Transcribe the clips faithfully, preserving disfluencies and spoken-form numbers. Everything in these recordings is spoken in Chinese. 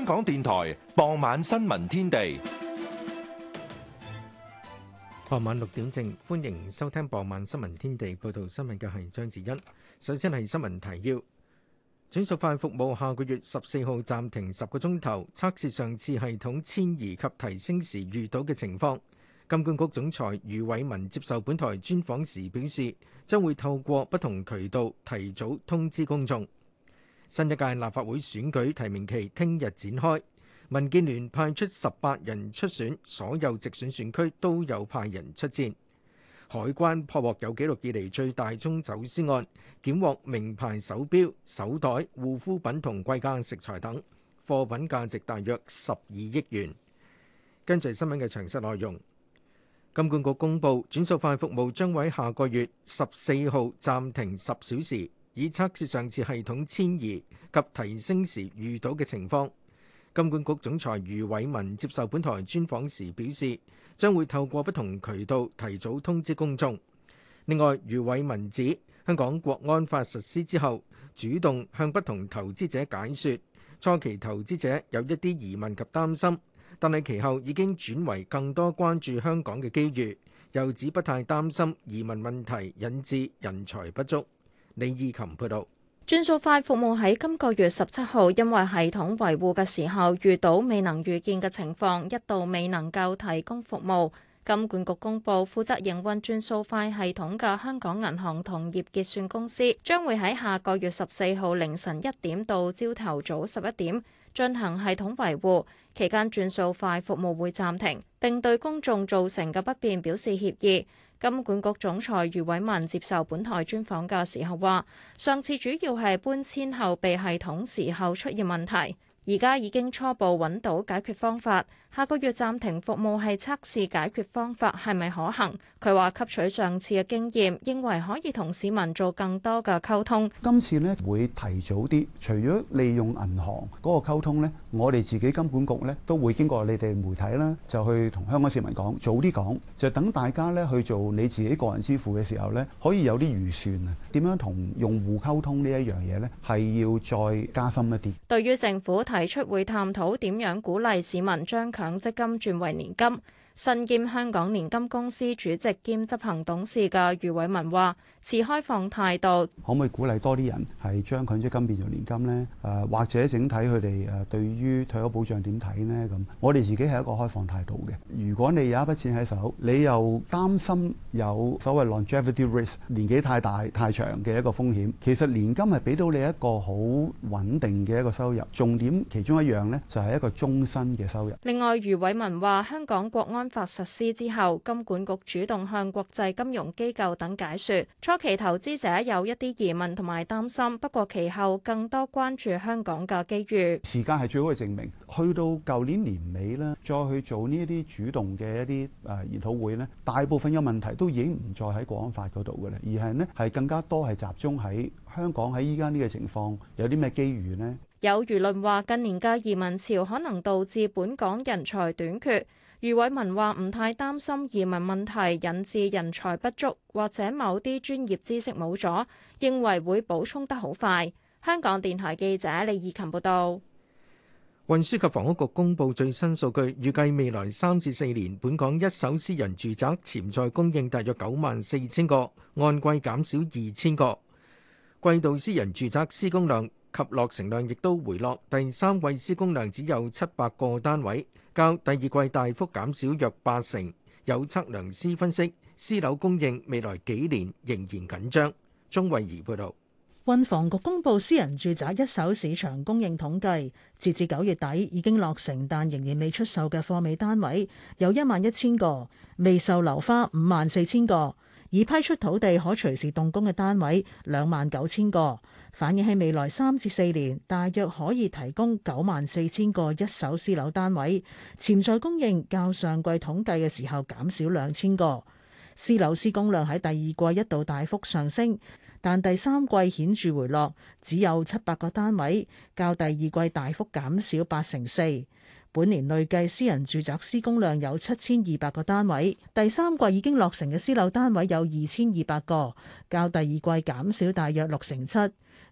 香港電台傍晚新聞天地。 傍晚六點正，歡迎收聽傍晚新聞天地。報道新聞嘅係張子欣。首先係新聞提要：轉數快服務下個月十四號暫停十個鐘頭，測試上次系統遷移及提升時遇到嘅情況。金管局總裁余偉文接受本台專訪時表示，將會透過不同渠道提早通知公眾。新一屆立法會選舉提名期聽日展開。民建聯派出十八人出選，所有直選選區都有派人出戰。海關破獲有紀錄以嚟最大宗走私案，檢獲名牌手錶、手袋、護膚品同貴價食材等，貨品價值大約十二億元。跟住新聞嘅詳細內容，金管局公布轉數快服務將會喺下個月十四號暫停十小時，以測試上次系統遷移及提升時遇到嘅情況。金管局總裁余偉文接受本台專訪時表示，將會透過不同渠道提早通知公眾。另外，余偉文指香港國安法實施之後，主動向不同投資者解說，初期投資者有一啲疑問及擔心，但係其後已經轉為更多關注香港嘅機遇。又指不太擔心移民問題引致人才不足。李義琴報導。 轉數快服務喺今個月十七號因為系統維護嘅時候遇到未能預見嘅情況，一度未能夠提供服務。金管局公布，負責營運轉數快系統嘅香港銀行同業結算公司將會喺下個月十四號凌晨一點到朝頭早十一點進行系統維護，期間轉數快服務會暫停，並對公眾造成嘅不便表示歉意。金管局總裁余偉文接受本台專訪嘅時候話，上次主要係搬遷後備系統時候出現問題，而家已經初步揾到解決方法。下個月暫停服務係測試解決方法係咪可行。佢話吸取上次嘅經驗，認為可以同市民做更多嘅溝通。 今次呢會提早啲，除咗利用銀行嗰個溝通呢，我哋自己金管局呢都會經過你哋媒體啦，就去同香港市民講，早啲講，就等大家呢去做你自己個人支付嘅時候呢，可以有啲預算啊。點樣同用戶溝通呢一樣嘢呢，係要再加深一啲。 對於政府提出會探討點樣鼓勵市民將強積金轉為年金，身兼香港年金公司主席兼執行董事嘅余偉文話，持開放態度。 可唔可以鼓勵多啲人係將強積金變做年金呢？誒、呃，或者整體佢哋誒對於退休保障點睇呢？咁我哋自己係一個開放態度嘅。如果你有一筆錢喺手，你又擔心有所謂 longevity risk 年紀太大太長嘅一個風險，其實年金係俾到你一個好穩定嘅一個收入。重點其中一樣呢，就係一個終身嘅收入。 另外，余偉文話，香港國安法實施之後，金管局主動向國際金融機構等解說，初期投資者有一啲疑問同埋擔心，不過其後更多關注香港嘅機遇。 時間係最好嘅證明。去到舊年年尾咧，再去做呢一啲主動嘅一啲誒研討會咧，大部分嘅問題都已經唔再喺國安法嗰度嘅啦，而係呢係更加多係集中喺香港喺依家呢個情況有啲咩機遇呢？ 有輿論話近年嘅移民潮可能導致本港人才短缺。余偉文話唔太擔心移民問題引致人才不足，或者某啲專業知識冇咗，認為會補充得好快。香港電台記者李義琴報道。 運輸及房屋局公布最新數據，預計未來三至四年本港一手私人住宅潛在供應大約九萬四千個，按季減少二千個。季度私人住宅施工量及落成量亦都回落，第三季施工量只有七百個單位，較第二季大幅減少約八成。有測量師分析，私樓供應未來幾年仍然緊張。鍾慧儀報導。 運房局公布私人住宅一手市場供應統計，截至九月底已經落成但仍然未出售嘅貨尾單位有一萬一千個，未售樓花五萬四千個，已批出土地可隨時動工嘅單位兩萬九千個，反映喺未來三至四年大約可以提供九萬四千個一手私樓單位，潛在供應較上季統計嘅時候減少兩千個。私樓施工量喺第二季一度大幅上升，但第三季顯著回落，只有七百個單位，較第二季大幅減少八成四。本年累計私人住宅施工量有七千二百個單位，第三季已經落成嘅私樓單位有二千二百個，較第二季減少大約六成七。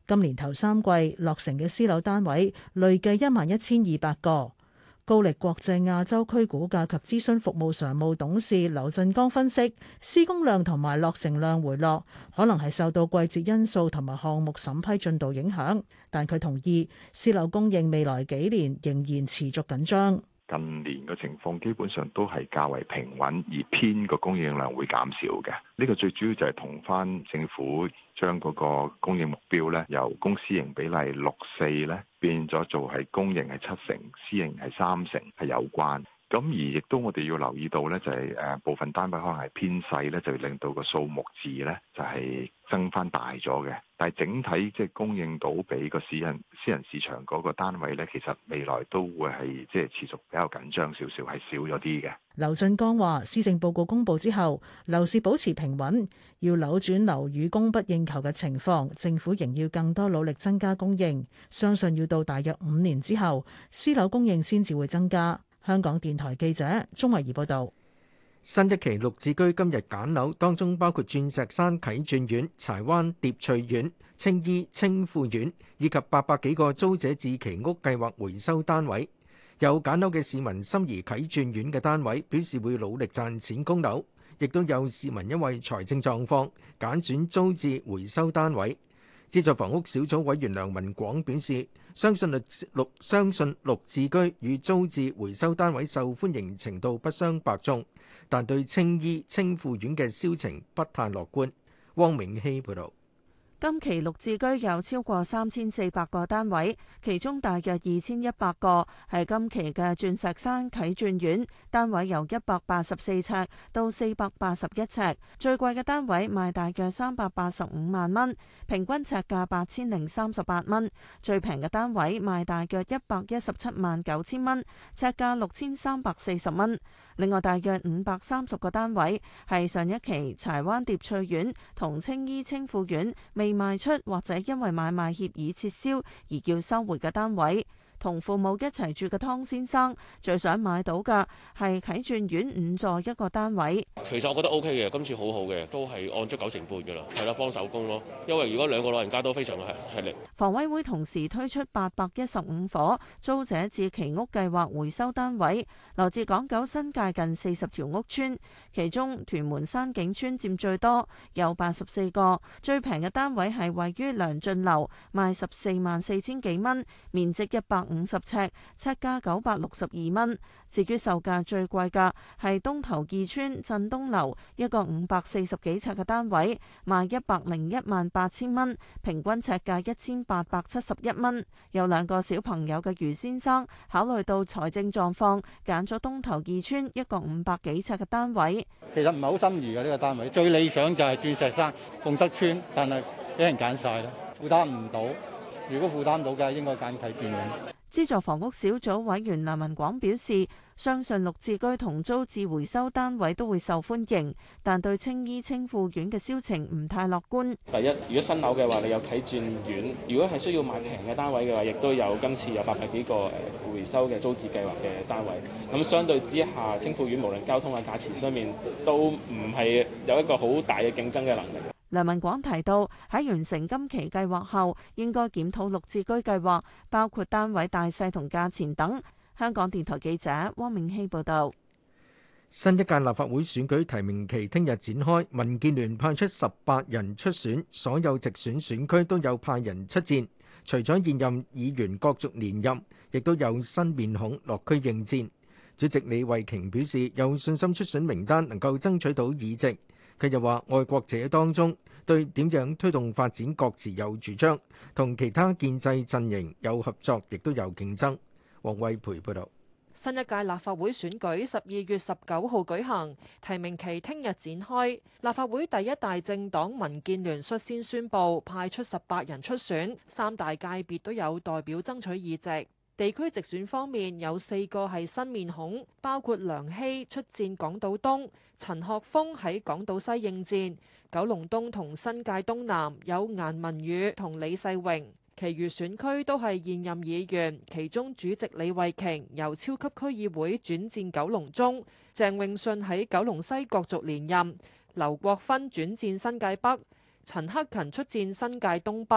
今年頭三季落成嘅私樓單位累計一萬一千二百個。高力國際亞洲區估價及諮詢服務常務董事劉振剛分析，施工量同埋落成量回落，可能係受到季節因素同埋項目審批進度影響。但佢同意，私樓供應未來幾年仍然持續緊張。 近年嘅情況基本上都係較為平穩，而偏個供應量會減少嘅。呢個最主要就係同翻政府將嗰個供應目標咧，由公私營比例六四咧變咗做係公營係七成，私營係三成係有關。咁而亦都我哋要留意到咧，就係誒部分單位可能係偏細咧，就令到個數目字咧就係增翻大咗嘅。但係整體即係供應到俾個私人私人市場嗰個單位咧，其實未來都會係即係持續比較緊張少少，係少咗啲嘅。 劉振剛話：施政報告公佈之後，樓市保持平穩，要扭轉樓宇供不應求嘅情況，政府仍要更多努力增加供應。相信要到大約五年之後，私樓供應先至會增加。香港電台記者鍾慧儀報道。 新一期綠置居今日揀樓，當中包括鑽石山啟鑽苑、柴灣蝶翠苑、青衣青富苑以及八百幾個租者置其屋計劃回收單位。有揀樓嘅市民心儀啟鑽苑嘅單位，表示會努力賺錢供樓，亦都有市民因為財政狀況揀選租置回收單位。資助房屋小組委員梁文廣表示，相信綠綠相信綠置居與租置回收單位受歡迎程度不相伯仲，但對青衣青富苑嘅銷情不太樂觀。汪明希報導。 今期綠置居有超過三千四百個單位，其中大約二千一百個係今期嘅鑽石山啟鑽苑，單位由一百八十四尺到四百八十一尺，最貴嘅單位賣大約三百八十五萬蚊，平均尺價八千零三十八蚊；最平嘅單位賣大約一百一十七萬九千蚊，尺價六千三百四十蚊。另外，大約五百三十個單位係上一期柴灣蝶翠苑同青衣青富苑未賣出或者因為買賣協議撤銷而要收回嘅單位。同父母一齊住嘅湯先生最想買到嘅係啟鑽苑五座一個單位。 其實我覺得 O K 嘅，今次好好嘅，都係按足九成半㗎啦，係啦，幫手工咯。因為如果兩個老人家都非常嘅吃力。 房委會同時推出八百一十五伙租者置其屋計劃回收單位，來自港九新界近四十條屋邨，其中屯門山景邨佔最多，有八十四個。最平嘅單位係位於良俊樓，賣十四萬四千幾蚊，面積一百五十尺，尺價九百六十二蚊。至於售價最貴嘅係東頭二村振東樓，一個五百四十幾尺嘅單位，賣一百零一萬八千蚊，平均尺價一千八百七十一蚊。有兩個小朋友嘅余先生，考慮到財政狀況，揀咗東頭二村一個五百幾尺嘅單位。 其實唔係好心儀嘅呢個單位，最理想就係鑽石山鳳德村，但係俾人揀晒啦，負擔唔到。如果負擔到嘅，應該揀啟鑽苑。 資助房屋小組委員梁文廣表示，相信綠置居同租置回收單位都會受歡迎，但對青衣青富苑嘅銷情唔太樂觀。 第一，如果新樓嘅話，你有啟鑽苑；如果係需要買平嘅單位嘅話，亦都有今次有八百幾個誒回收嘅租置計劃嘅單位。咁相對之下，青富苑無論交通啊、價錢上面都唔係有一個好大嘅競爭嘅能力。 梁文廣提到，喺完成今期計劃後，應該檢討綠置居計劃，包括單位大細同價錢等。香港電台記者汪明希報導。 新一屆立法會選舉提名期聽日展開，民建聯派出十八人出選，所有直選選區都有派人出戰。除咗現任議員角逐連任，亦都有新面孔落區應戰。主席李慧瓊表示有信心出選名單能夠爭取到議席。佢又話愛國者當中對點樣推動發展各自有主張，同其他建制陣營有合作，亦都有競爭。黃惠培報導。 新一屆立法會選舉十二月十九號舉行，提名期聽日展開。立法會第一大政黨民建聯率先宣布派出十八人出選，三大界別都有代表爭取議席。地區直選方面有四個係新面孔，包括梁希出戰港島東，陳學鋒喺港島西應戰，九龍東同新界東南有顏文宇同李世榮。其餘選區都係現任議員，其中主席李慧瓊由超級區議會轉戰九龍中，鄭泳舜喺九龍西角逐連任，劉國勳轉戰新界北，陳克勤出戰新界東北。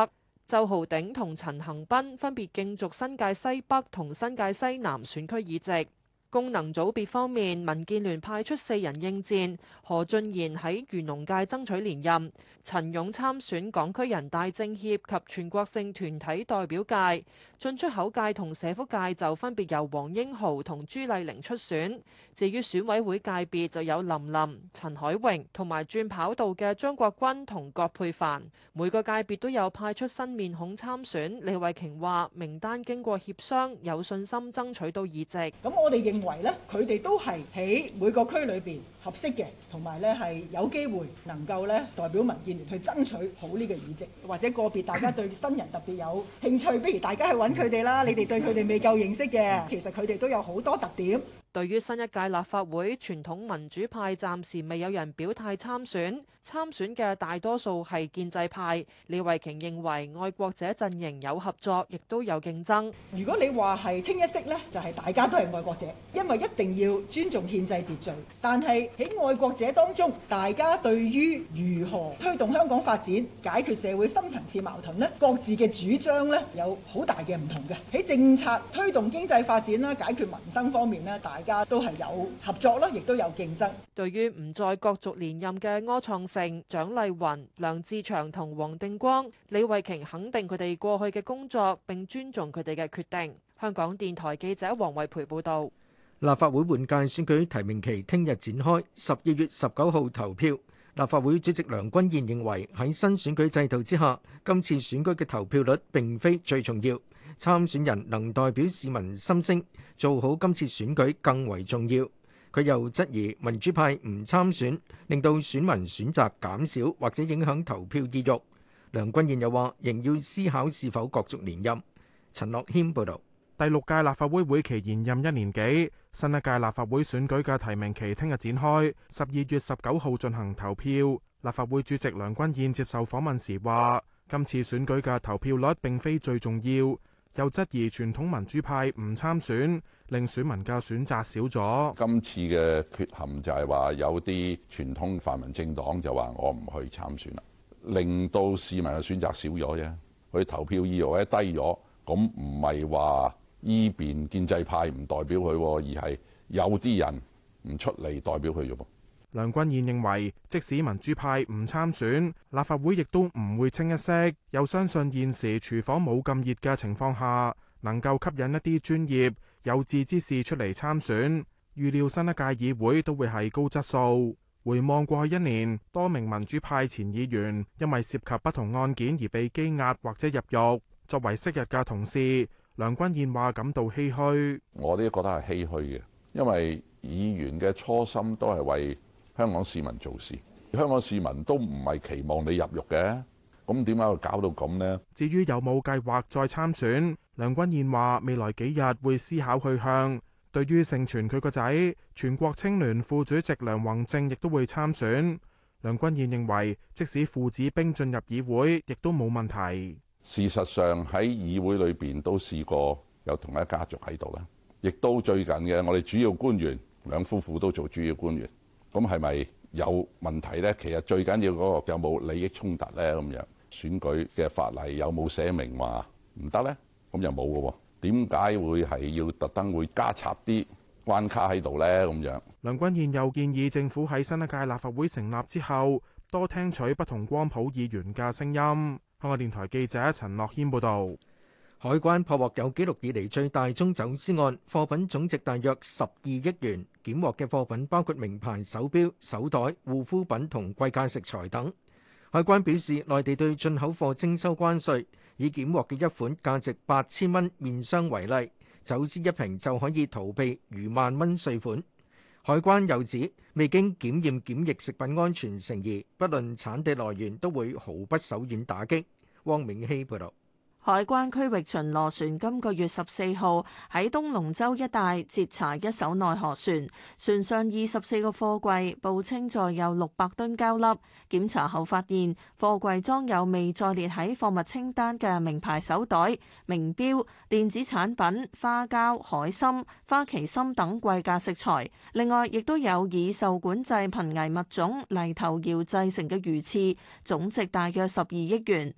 周浩鼎同陳恒鑌分別競逐新界西北同新界西南選區議席。功能組別方面，民建聯派出四人應戰，何俊賢喺漁農界爭取連任，陳勇參選港區人大政協及全國性團體代表界，進出口界同社福界就分別由黃英豪同朱麗玲出選。至於選委會界別就有林琳、陳海榮同埋轉跑道嘅張國軍同葛珮帆，每個界別都有派出新面孔參選。李慧瓊話：名單經過協商，有信心爭取到議席。 咁我哋認為咧，佢哋都係喺每個區裏邊合適嘅，同埋咧係有機會能夠咧代表民建聯去爭取好呢個議席，或者個別大家對新人特別有興趣，不如大家去揾佢哋啦。你哋對佢哋未夠認識嘅，其實佢哋都有好多特點。 對於新一屆立法會傳統民主派暫時未有人表態參選，參選嘅大多數係建制派。李慧瓊認為愛國者陣營有合作，亦都有競爭。 如果你話係清一色呢，就係大家都係愛國者，因為一定要尊重憲制秩序。但係喺愛國者當中，大家對於如何推動香港發展、解決社會深層次矛盾呢，各自嘅主張呢有好大嘅唔同嘅。喺政策推動經濟發展啦、解決民生方面呢，大大家都係有合作啦，亦都有競爭。 對於唔再角逐連任嘅柯創盛、蔣麗芸、梁志祥同黃定光，李慧瓊肯定佢哋過去嘅工作，並尊重佢哋嘅決定。香港電台記者黃慧培報導。 立法會換屆選舉提名期聽日展開，十二月十九號投票。立法會主席梁君彥認為喺新選舉制度之下，今次選舉嘅投票率並非最重要。參選人能代表市民心聲，做好今次選舉更為重要。佢又質疑民主派唔參選，令到選民選擇減少或者影響投票意欲。梁君彥又話，仍要思考是否角逐連任。陳樂軒報導。 第六屆立法會會期延任一年幾，新一屆立法會選舉嘅提名期聽日展開，十二月十九號進行投票。立法會主席梁君彥接受訪問時話，今次選舉嘅投票率並非最重要。又質疑傳統民主派唔參選，令選民嘅選擇少咗。 今次嘅缺陷就係話有啲傳統泛民政黨就話我唔去參選啦，令到市民嘅選擇少咗啫。佢投票意欲咧低咗，咁唔係話依邊建制派唔代表佢，而係有啲人唔出嚟代表佢啫噃。 梁君彥認為，即使民主派唔參選，立法會亦都唔會清一色。又相信現時廚房冇咁熱嘅情況下，能夠吸引一啲專業有志之士出嚟參選。預料新一屆議會都會係高質素。回望過去一年，多名民主派前議員因為涉及不同案件而被羈押或者入獄。作為昔日嘅同事，梁君彥話感到唏噓。 我都覺得係唏噓嘅，因為議員嘅初心都係為香港市民做事，香港市民都唔係期望你入獄嘅，咁點解會搞到咁呢？ 至於有冇計劃再參選，梁君彥話未來幾日會思考去向。對於盛傳佢個仔全國青聯副主席梁宏正亦都會參選，梁君彥認為即使父子兵進入議會，亦都冇問題。 事實上喺議會裏邊都試過有同一家族喺度啦，亦都最近嘅我哋主要官員兩夫婦都做主要官員。咁係咪有問題呢？其實最緊要嗰個有冇利益衝突呢？咁樣選舉嘅法例有冇寫明話唔得呢？咁又冇嘅喎。點解會係要特登會加插啲關卡喺度呢？咁樣梁君彥又建議政府喺新一屆立法會成立之後，多聽取不同光譜議員嘅聲音。香港電台記者陳樂軒報導。 海關破獲有紀錄以嚟最大宗走私案，貨品總值大約十二億元，檢獲嘅貨品包括名牌手錶、手袋、護膚品同貴價食材等。海關表示，內地對進口貨徵收關稅，以檢獲嘅一款價值八千蚊面霜為例，走私一瓶就可以逃避逾萬蚊稅款。海關又指，未經檢驗檢疫食品安全成疑，不論產地來源都會毫不手軟打擊。汪明希報導。 海關區域巡邏船今個月十四號喺東龍洲一帶截查一艘內河船，船上二十四個貨櫃，報稱載有六百噸膠粒。檢查後發現，貨櫃裝有未載列喺貨物清單嘅名牌手袋、名錶、電子產品、花膠、海參、花旗參等貴價食材。另外，亦都有以受管制瀕危物種泥頭瑤製成嘅魚翅，總值大約十二億元。海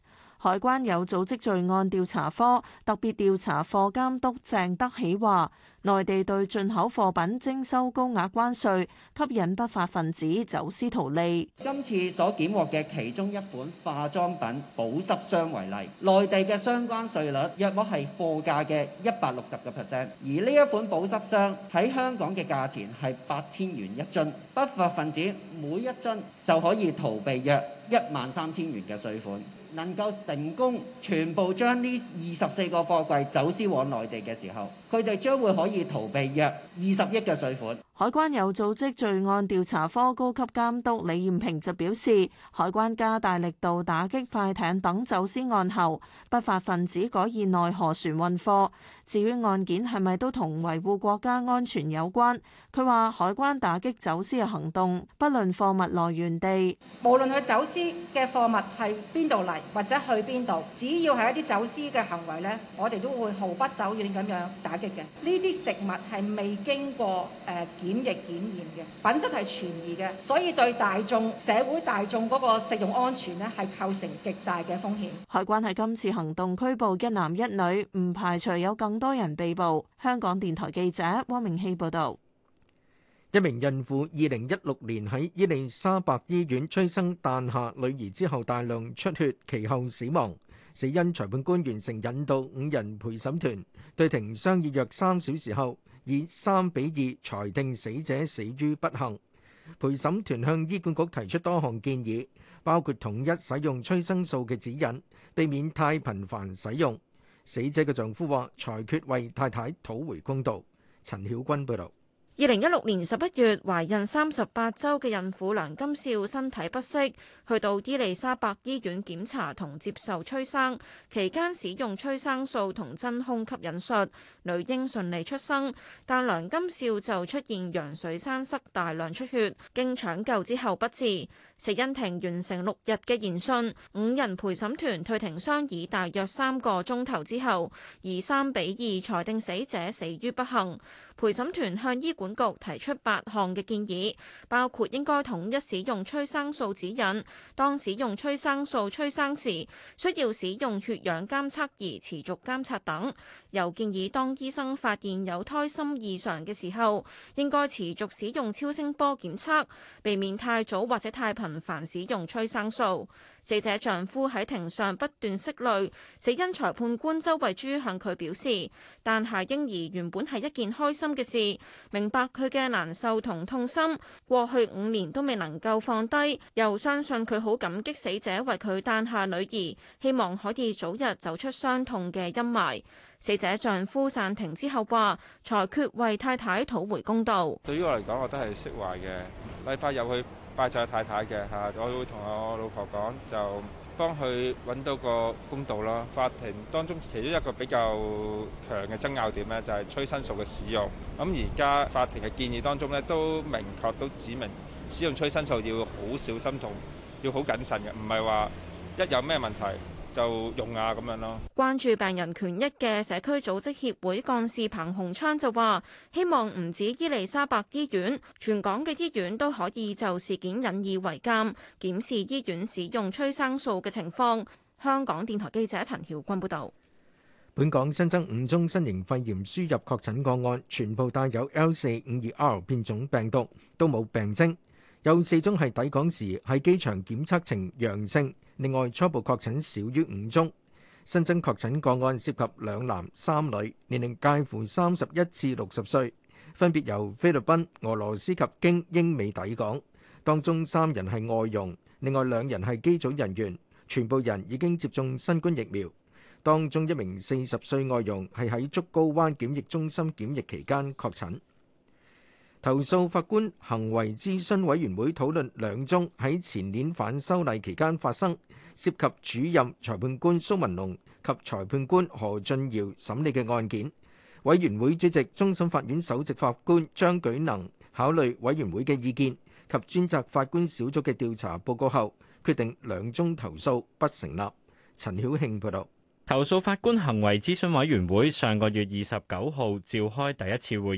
海關有組織罪案調查科特別調查課監督鄭德喜話，內地對進口貨品徵收高額關稅，吸引不法分子走私圖利。 今次所檢獲嘅其中一款化妝品保濕霜為例，內地嘅相關稅率約莫係貨價嘅一百六十個 percent， 而呢一款保濕霜喺香港嘅價錢係八千元一樽，不法分子每一樽就可以逃避約一萬三千元嘅稅款。能夠成功全部將呢二十四個貨櫃走私往內地嘅時候，佢哋將會可以逃避約二十億嘅稅款。 海關有組織罪案調查科高級監督李艷平就表示，海關加大力度打擊快艇等走私案後，不法分子改以內河船運貨。至於案件係咪都同維護國家安全有關，佢話海關打擊走私嘅行動，不論貨物來源地， 無論佢走私嘅貨物係邊度嚟或者去邊度，只要係一啲走私嘅行為呢，我哋都會毫不手軟咁樣打擊嘅。呢啲食物係未經過誒檢疫檢驗嘅，品質係存疑嘅，所以對大眾社會大眾嗰個食用安全呢係構成極大嘅風險。 海關喺今次行動拘捕一男一女，唔排除有更多人被捕。香港電台記者汪明希報導。 一名孕婦二零一六年喺伊利沙伯醫院催生誕下女兒之後大量出血，其後死亡。死因裁判官完成引導五人陪審團對庭商議約三小時後，以三比二裁定死者死於不幸。陪審團向醫管局提出多項建議，包括統一使用催生素嘅指引，避免太頻繁使用。死者嘅丈夫話裁決為太太討回公道。陳曉君報導。 二零一六年十一月，懷孕三十八週嘅孕婦梁金少身體不適，去到伊利沙伯醫院檢查同接受催生，期間使用催生素同真空吸引術，女嬰順利出生，但梁金少就出現羊水栓塞，大量出血，經搶救之後不治。死因庭完成六日嘅研訊，五人陪審團退庭商議大約三個鐘頭之後，以三比二裁定死者死於不幸。陪審團向醫管局提出八項嘅建議，包括應該統一使用催生素指引，當使用催生素催生時，需要使用血氧監測儀持續監察等。又建議當醫生發現有胎心異常嘅時候，應該持續使用超聲波檢測，避免太早或者太頻繁使用催生素。死者丈夫喺庭上不斷拭淚，死因裁判官周慧珠向佢表示，誕下嬰兒原本係一件開心嘅事，明白佢嘅難受同痛心，過去五年都未能夠放低，又相信佢好感激死者為佢誕下女兒，希望可以早日走出傷痛嘅陰霾。死者丈夫散庭之後話，裁決為太太討回公道。 對於我嚟講，我都係釋懷嘅。禮拜日去拜祭太太嘅嚇，我會同我老婆講，就幫佢揾到個公道咯。法庭當中其中一個比較強嘅爭拗點呢，就係催生素嘅使用。咁而家法庭嘅建議當中呢，都明確都指明使用催生素要好小心同要好謹慎嘅，唔係話一有咩問題就用啊咁樣咯。 關注病人權益嘅社區組織協會幹事彭鴻昌就話，希望唔止伊利沙伯醫院，全港嘅醫院都可以就事件引以為鑑，檢視醫院使用催生素嘅情況。香港電台記者陳曉君報導。 本港新增五宗新型肺炎輸入確診個案，全部帶有 L 四五二 R 變種病毒，都冇病徵。有四宗係抵港時喺機場檢測呈陽性。另外，初步確診少於五宗。新增確診個案涉及兩男三女，年齡介乎三十一至六十歲，分別由菲律賓、俄羅斯及經英美抵港。當中三人係外傭，另外兩人係機組人員，全部人已經接種新冠疫苗。當中一名四十歲外傭係喺竹篙灣檢疫中心檢疫期間確診。投訴法官行為諮詢委員會討論兩宗喺前年反修例期間發生，涉及主任裁判官蘇文龍及裁判官何俊堯審理嘅案件。委員會主席終審法院首席法官張舉能考慮委員會嘅意見及專責法官小組嘅調查報告後，決定兩宗投訴不成立。陳曉慶報導。 投訴法官行為諮詢委員會上個月二十九號召開第一次會議，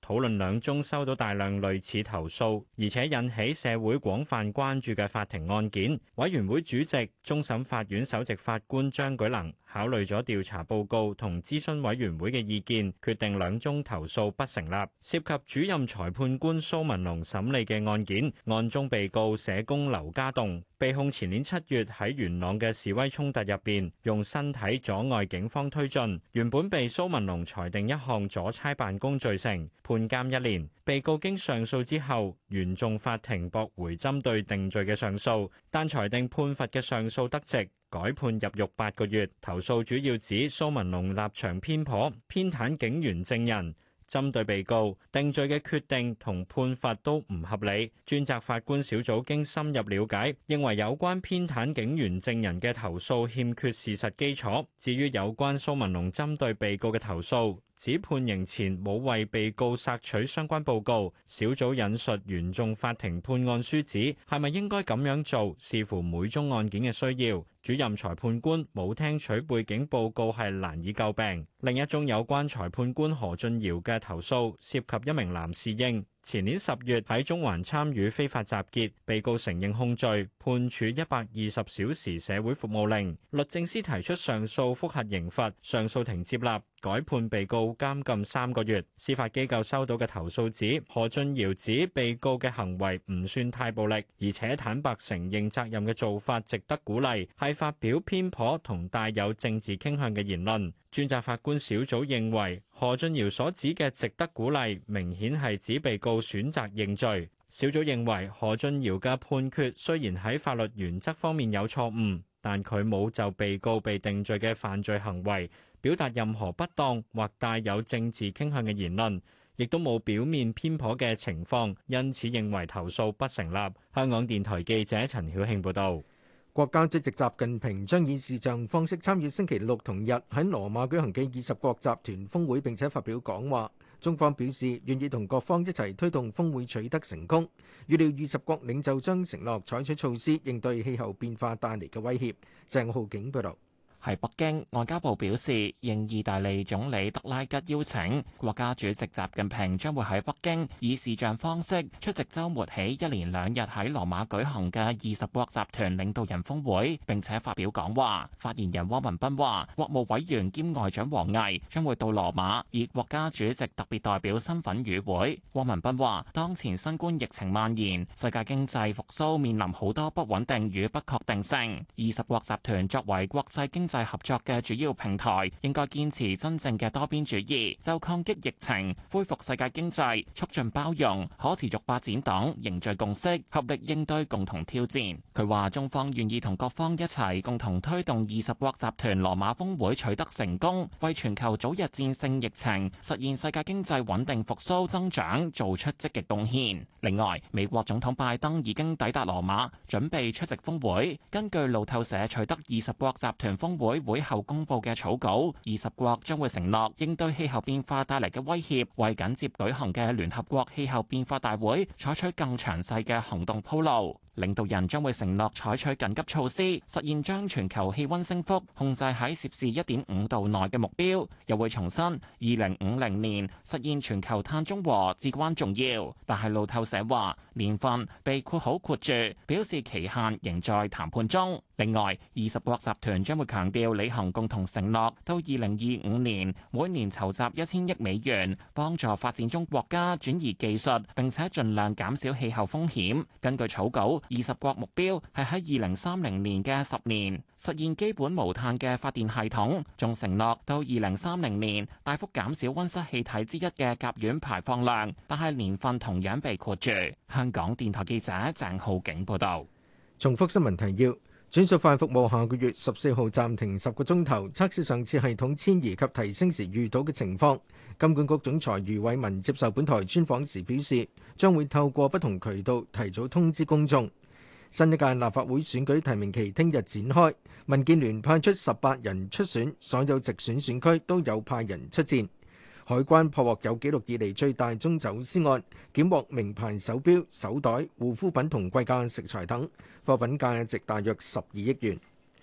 討論兩宗收到大量類似投訴，而且引起社會廣泛關注嘅法庭案件。委員會主席、終審法院首席法官張舉能考慮咗調查報告同諮詢委員會嘅意見，決定兩宗投訴不成立。涉及主任裁判官蘇文龍審理嘅案件，案中被告社工劉家棟被控前年七月喺元朗嘅示威衝突入邊用身體阻礙警方推進，原本被蘇文龍裁定一項阻差辦公罪成，判監一年。被告經上訴之後，原訟法庭駁回針對定罪嘅上訴，但裁定判罰嘅上訴得直，改判入獄八個月。投訴主要指蘇文龍立場偏頗，偏袒警員證人。針對被告定罪嘅決定同判罰都唔合理，專責法官小組經深入了解，認為有關偏袒警員證人嘅投訴欠缺事實基礎。至於有關蘇文龍針對被告嘅投訴，指判刑前冇為被告索取相關報告，小組引述原訟法庭判案書指，係咪應該咁樣做，視乎每宗案件嘅需要。主任裁判官冇聽取背景報告係難以詬病。另一宗有關裁判官何俊堯嘅投訴，涉及一名男侍應，前年十月喺中環參與非法集結，被告承認控罪，判處一百二十小時社會服務令。律政司提出上訴覆核刑罰，上訴庭接納，改判被告監禁三個月。司法機構收到嘅投訴指，何俊堯指被告嘅行為唔算太暴力，而且坦白承認責任嘅做法值得鼓勵，係發表偏頗同帶有政治傾向嘅言論。專責法官小組認為，何俊堯所指嘅值得鼓勵，明顯係指被告選擇認罪。小組認為，何俊堯嘅判決雖然喺法律原則方面有錯誤，但佢冇就被告被定罪嘅犯罪行為表達任何不當或帶有政治傾向嘅言論，亦都冇表面偏頗嘅情況，因此認為投訴不成立。香港電台記者陳曉慶報導。 國家主席習近平將以視像方式參與星期六同日喺羅馬舉行嘅二十國集團峰會，並且發表講話。中方表示願意同各方一齊推動峰會取得成功。預料二十國領袖將承諾採取措施應對氣候變化帶嚟嘅威脅。鄭浩景報導。 喺北京，外交部表示，應意大利總理德拉吉邀請，國家主席習近平將會喺北京以視像方式出席週末起一連兩日喺羅馬舉行嘅二十國集團領導人峰會，並且發表講話。發言人汪文斌話，國務委員兼外長王毅將會到羅馬以國家主席特別代表身份與會。汪文斌話，當前新冠疫情蔓延，世界經濟復甦面臨好多不穩定與不確定性。二十國集團作為國際經濟合作嘅主要平台，應該堅持真正嘅多邊主義，就抗擊疫情、恢復世界經濟、促進包容、可持續發展等凝聚共識，合力應對共同挑戰。佢話中方願意同各方一齊共同推動二十國集團羅馬峰會取得成功，為全球早日戰勝疫情、實現世界經濟穩定復甦增長做出積極貢獻。另外，美國總統拜登已經抵達羅馬，準備出席峰會。根據路透社取得二十國集團峰會會會後公布嘅草稿，二十國將會承諾應對氣候變化帶嚟嘅威脅，為緊接舉行嘅聯合國氣候變化大會採取更詳細嘅行動鋪路。領導人將會承諾採取緊急措施，實現將全球氣溫升幅控制喺攝氏一點五度內嘅目標。又會重申，二零五零年實現全球碳中和至關重要。但係路透社話，年份被括號括住，表示期限仍在談判中。另外，二十國集團將會強調履行共同承諾，到二零二五年每年籌集一千億美元，幫助發展中國家轉移技術，並且盡量減少氣候風險。根據草稿，二十國目標係喺二零三零年嘅十年實現基本無碳嘅發電系統，仲承諾到二零三零年大幅減少溫室氣體之一嘅甲烷排放量，但係年份同樣被括住。香港電台記者鄭浩景報道。 重複新聞提要。轉數快服務下個月十四號暫停十個鐘頭，測試上次系統遷移及提升時遇到嘅情況。金管局總裁余偉文接受本台專訪時表示，將會透過不同渠道提早通知公眾。新一屆立法會選舉提名期聽日展開，民建聯派出十八人出選，所有直選選區都有派人出戰。海關破獲有紀錄以嚟最大宗走私案，檢獲名牌手錶、手袋、護膚品同貴價食材等，貨品價值大約十二億元。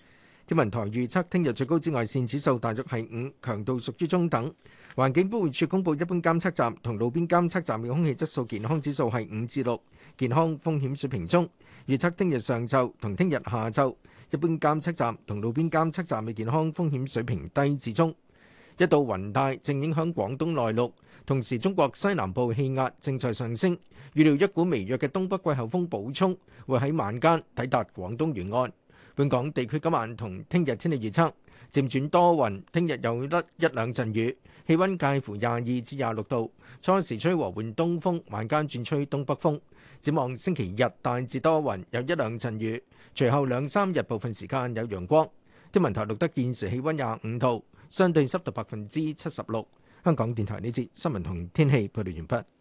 天文台預測聽日最高紫外線指數大約係五，強度屬於中等。環境保護署公佈一般監測站同路邊監測站嘅空氣質素健康指數係五至六，健康風險水平中。預測聽日上晝同聽日下晝，一般監測站同路邊監測站嘅健康風險水平低至中。一道雲帶正影響廣東內陸，同時中國西南部氣壓正在上升，預料一股微弱嘅東北季候風補充會喺晚間抵達廣東沿岸。本港地區今晚同聽日天氣預測漸轉多雲，聽日有得一兩陣雨，氣温介乎廿二至廿六度，初時吹和緩東風，晚間轉吹東北風。展望星期日大致多雲，有一兩陣雨，隨後兩三日部分時間有陽光。天文台錄得現時氣温廿五度，相對濕度百分之七十六。香港電台呢節新聞同天氣報道完畢。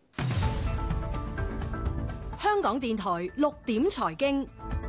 香港電台六點財經。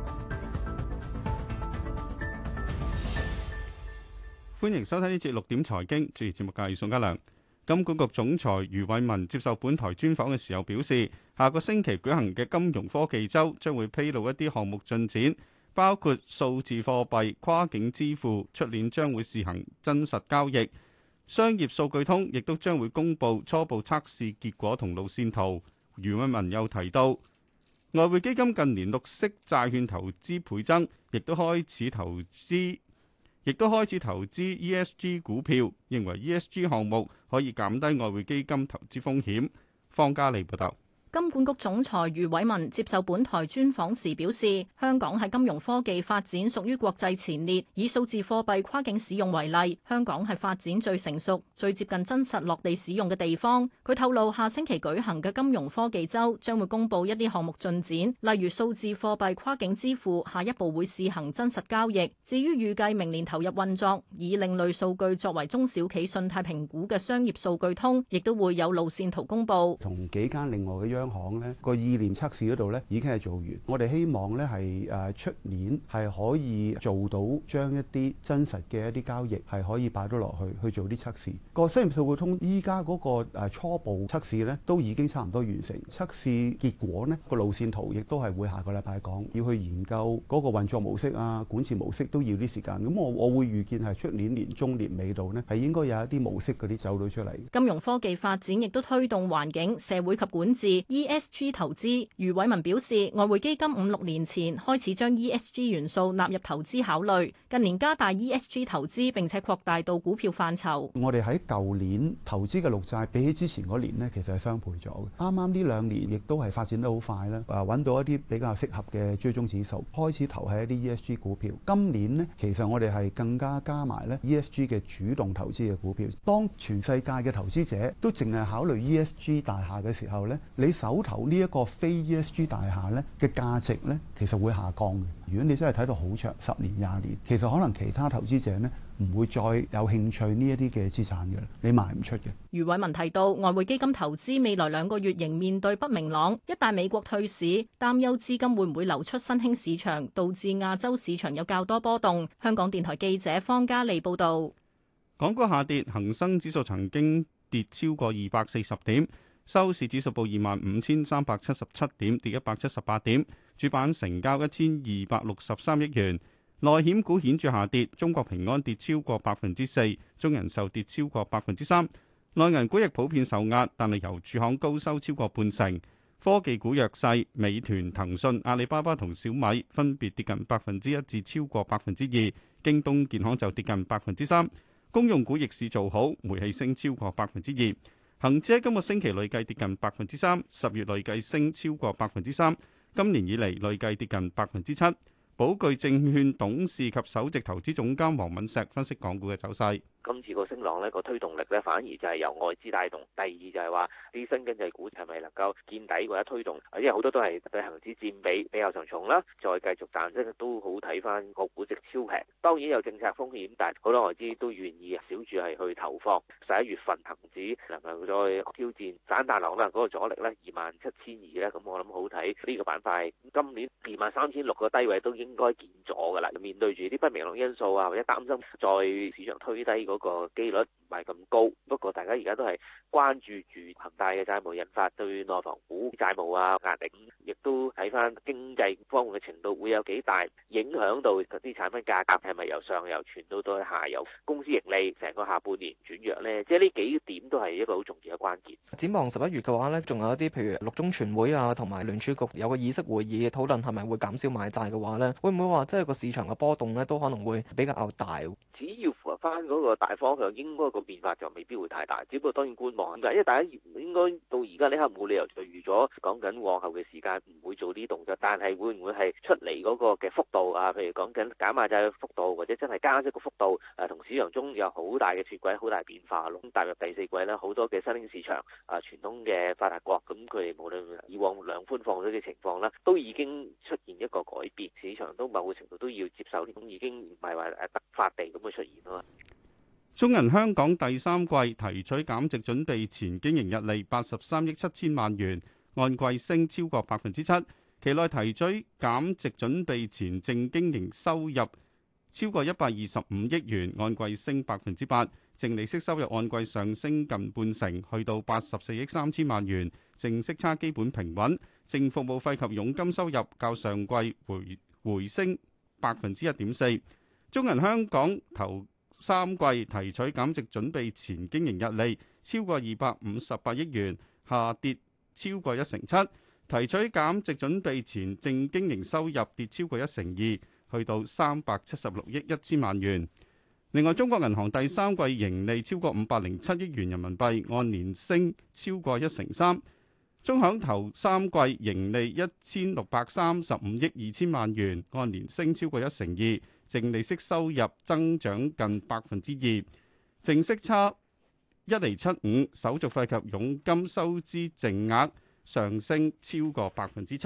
歡迎收睇呢節六點財經，主持節目嘅係宋家良。金管局總裁余偉文接受本台專訪嘅時候表示，下個星期舉行嘅金融科技周將會披露一啲項目進展，包括數字貨幣、跨境支付，出年將會試行真實交易。商業數據通亦都將會公布初步測試結果同路線圖。余偉文又提到，外匯基金近年綠色債券投資倍增，亦都開始投資。亦都開始投資 E S G 股票，認為 E S G 項目可以減低外匯基金投資風險。方嘉利報道。 金管局總裁余偉文接受本台專訪時表示，香港喺金融科技發展屬於國際前列，以數字貨幣跨境使用為例，香港係發展最成熟、最接近真實落地使用嘅地方。佢透露，下星期舉行嘅金融科技周將會公布一啲項目進展，例如數字貨幣跨境支付下一步會試行真實交易。至於預計明年投入運作，以另類數據作為中小企信貸評估嘅商業數據通，亦都會有路線圖公布。 同幾間另外嘅央行呢個意念測試嗰度呢已經係做完，我哋希望呢係誒出年係可以做到將一啲真實嘅一啲交易係可以擺到落去去做啲測試。個商業數據通依家嗰個誒初步測試呢都已經差唔多完成，測試結果呢個路線圖亦都係會下個禮拜講，要去研究嗰個運作模式啊、管治模式都要啲時間。咁我我會預見係出年年中年尾度呢係應該有一啲模式嗰啲走到出嚟。 金融科技發展亦都推動環境、社會及管治 E S G 投資。余偉文表示，外匯基金五六年前開始將 E S G 元素納入投資考慮，近年加大 E S G 投資，並且擴大到股票範疇。 我哋喺舊年投資嘅綠債比起之前嗰年呢，其實係雙倍咗嘅。啱啱呢兩年亦都係發展得好快啦，誒揾到一啲比較適合嘅追蹤指數，開始投喺一啲 E S G 股票。今年呢，其實我哋係更加加埋咧 E S G 嘅主動投資嘅股票。當全世界嘅投資者都淨係考慮 E S G 大廈嘅時候呢，你手頭呢一個非 E S G 大廈咧嘅價值咧，其實會下降嘅。如果你真係睇到好長十年、廿年，其實可能其他投資者呢唔會再有興趣呢一啲嘅資產嘅，你賣唔出嘅。 余偉文提到，外匯基金投資未來兩個月仍面對不明朗，一旦美國退市，擔憂資金會唔會流出新興市場，導致亞洲市場有較多波動。香港電台記者方嘉利報導。 港股下跌，恒生指數曾經跌超過二百四十點。收市指數報二萬五千三百七十七點，跌一百七十八點。主板成交一千二百六十三億元。內險股顯著下跌，中國平安跌超過百分之四，中人壽跌超過百分之三。內銀股亦普遍受壓，但係由住行高收超過半成。科技股弱勢，美團、騰訊、阿里巴巴同小米分別跌近百分之一至超過百分之二，京東健康就跌近百分之三。公用股逆市做好，煤氣升超過百分之二。恒指今個星期累計跌近百分之三，十月累計升超過百分之三，今年以嚟累計跌近百分之七。寶具證券董事及首席投資總監黃敏石分析港股嘅走勢。 今次個升浪呢個推動力呢，反而就係由外資帶動。第二就係話啲新經濟股係咪能夠見底或者推動？因為好多都係對恒指佔比比較上重啦，再繼續賺息都好睇翻個估值超平。當然有政策風險，但係好多外資都願意小注係去投放。十一月份恒指能夠再挑戰反彈浪啦，嗰個阻力呢，二萬七千二咧，咁我諗好睇呢個板塊。今年二萬三千六個低位都應該見咗㗎啦。面對住啲不明朗因素啊，或者擔心再市場推低嗰個機率唔係咁高。不過大家而家都係關注住恒大嘅債務引發對內房股債務啊壓力，亦都睇翻經濟方面嘅程度會有幾大影響到嗰啲產品價格係咪由上游傳到到下游，公司盈利成個下半年轉弱呢？即係呢幾點都係一個好重要嘅關鍵。 展望十一月嘅話呢，仲有一啲譬如六中全會啊，同埋聯儲局有個議息會議討論係咪會減少買債嘅話呢，會唔會話即係個市場嘅波動呢都可能會比較大？ 只要符合翻嗰個大方向，應該個變化就未必會太大。只不過當然觀望，因為大家應該到而家呢刻冇理由就預咗講緊往後嘅時間唔會做呢啲動作，但係會唔會係出嚟嗰個嘅幅度啊？譬如講緊減買債嘅幅度，或者真係加息個幅度，誒同市場中有好大嘅脫軌、好大變化咯。咁踏入第四季咧，好多嘅新興市場啊，傳統嘅發達國，咁佢哋無論以往量寬放水嘅情況啦，都已經出現一個改變，市場都某個程度都要接受呢種已經唔係話誒突發地咁嘅出現咯。 中銀香港第三季提取減值準備前經營溢利八十三億七千萬元，按季升超過百分之七。期內提取減值準備前淨經營收入超過一百二十五億元，按季升百分之八。淨利息收入按季上升近半成，去到八十四億三千萬元，淨息差基本平穩。淨服務費及佣金收入較上季回回升百分之一點四。中銀香港頭三季提取減值準備前經營溢利超過二百五十八億元，下跌超過一成七。提取減值準備前淨經營收入跌超過一成二，去到三百七十六億一千萬元。另外，中國銀行第三季盈利超過五百零七億元人民幣，按年升超過一成三。中行頭三季盈利一千六百三十五億二千萬元，按年升超過一成二。淨利息收入增長近百分之二，淨息差一厘七五，手續費及佣金收支淨額上升超過百分之七。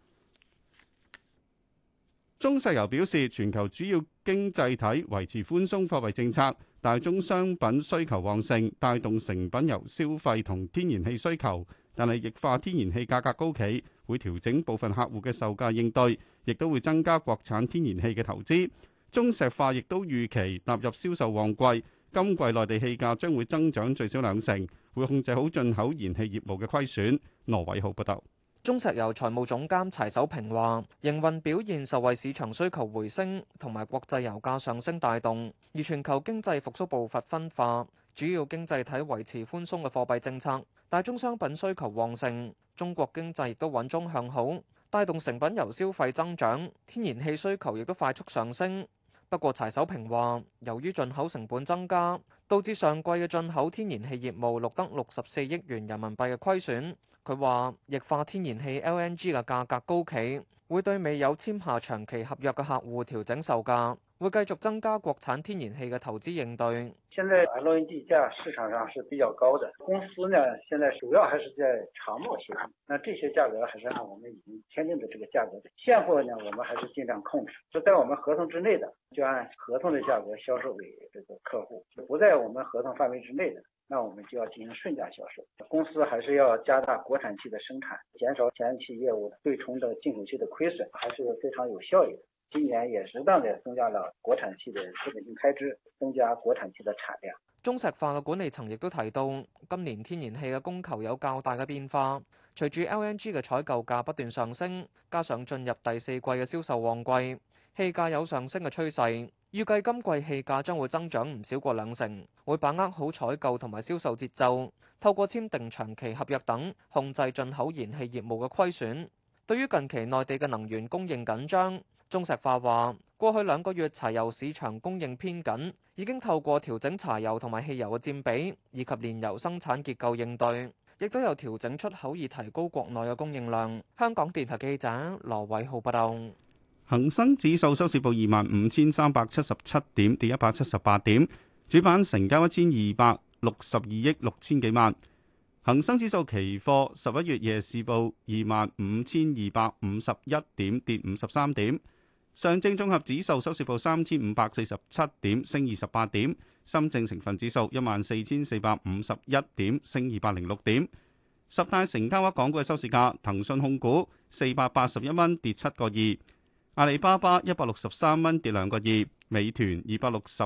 中石油表示，全球主要經濟體維持寬鬆貨幣政策，大宗商品需求旺盛，帶動成品油消費同天然氣需求。但係液化天然氣價格高企，會調整部分客戶嘅售價應對，亦都會增加國產天然氣嘅投資。中石化亦都預期踏入銷售旺季，今季內地氣價將會增長最少兩成，會控制好進口燃氣業務嘅虧損。羅偉浩報道。 中石油財務總監柴守平話，營運表現受惠市場需求回升同埋國際油價上升帶動，而全球經濟復甦步伐分化，主要經濟體維持寬鬆嘅貨幣政策，大宗商品需求旺盛，中國經濟亦都穩中向好，帶動成品油消費增長，天然氣需求亦都快速上升。不過柴守平話，由於進口成本增加，導致上季嘅進口天然氣業務錄得六十四億元人民幣嘅虧損。佢話液化天然氣 L N G 嘅價格高企，會對未有簽下長期合約嘅客戶調整售價，會繼續增加國產天然氣嘅投資應對。 現在 L N G 價市場上是比較高的，公司呢現在主要還是在長貿協議，那這些價格還是按我們已經簽訂的這個價格的，現貨呢我們還是盡量控制，就在我們合同之內的就按合同的價格銷售給這個客戶，不在我們合同範圍之內的，那我們就要進行順價銷售。公司還是要加大國產氣的生產，減少天然氣業務對沖的進口氣的虧損，還是非常有效益的。今年也適當地增加了國產氣的資本性開支，增加國產氣的產量。 中石化嘅管理層亦都提到，今年天然氣嘅供求有較大嘅變化，隨住 L N G 嘅採購價不斷上升，加上進入第四季嘅銷售旺季，氣價有上升嘅趨勢。預計今季氣價將會增長唔少過兩成，會把握好採購同埋銷售節奏，透過簽訂長期合約等控制進口燃氣業務嘅虧損。對於近期內地嘅能源供應緊張，中石化話過去兩個月柴油市場供應偏緊，已經透過調整柴油同埋汽油嘅佔比，以及煉油生產結構應對，亦都有調整出口以提高國內嘅供應量。香港電台記者羅偉浩報道。 恒生指數收市報二萬五千三百七十七點，跌一百七十八點，主板成交一千二百六十二億六千幾萬。恒生指數期貨十一月夜市報二萬五千二百五十一點，跌五十三點。上證綜合指數收市報三千五百四十七點，升二十八點。深證成分指數一萬四千四百五十一點，升二百零六點。十大成交額港股嘅收市價：騰訊控股四百八十一蚊，跌七個二；阿里巴巴一百六十三蚊，跌兩個二；美團二百六十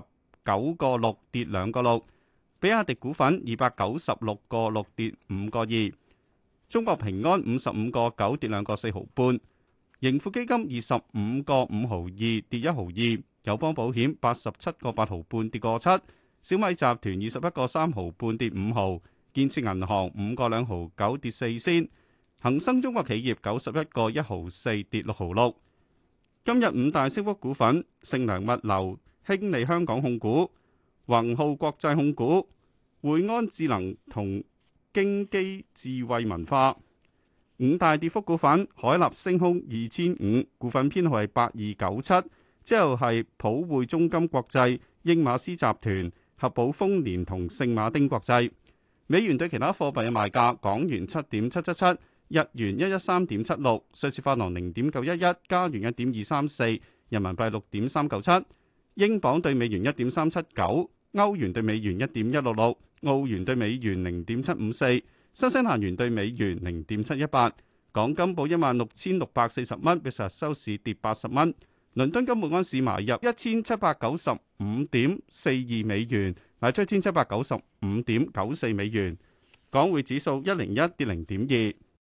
九個六跌兩個六，比亞迪股份二百九十六個六跌五個二，中國平安五十五個九跌兩個四毫半，盈富基金二十五個五毫二跌一毫二，友邦保險八十七個八毫半跌個七，小米集團二十一個三毫半跌五毫，建設銀行五個兩毫九跌四仙，恒生中國企業九十一個一毫四跌六毫六。今日五大升幅股份：盛良物流、興利香港控股、宏浩國際控股、匯安智能同京基智慧文化。五大跌幅股份：海立星空二千五，股份編號係八二九七，之後係普匯中金國際、英馬斯集團、合寶豐年同聖馬丁國際。美元對其他貨幣嘅賣價：港元七點七七七。日元一一三點七六，瑞士法郎零點九一一，加元一點二三四，人民幣六點三九七，英鎊對美元一點三七九，歐元對美元一點一六六，澳元對美元零點七五四，新西蘭元對美元零點七一八。港金報一萬六千六百四十蚊，比上日收市跌八十蚊。倫敦金每安士買入一千七百九十五點四二美元，賣出一千七百九十五點九四美元。港匯指數一零一跌零點二。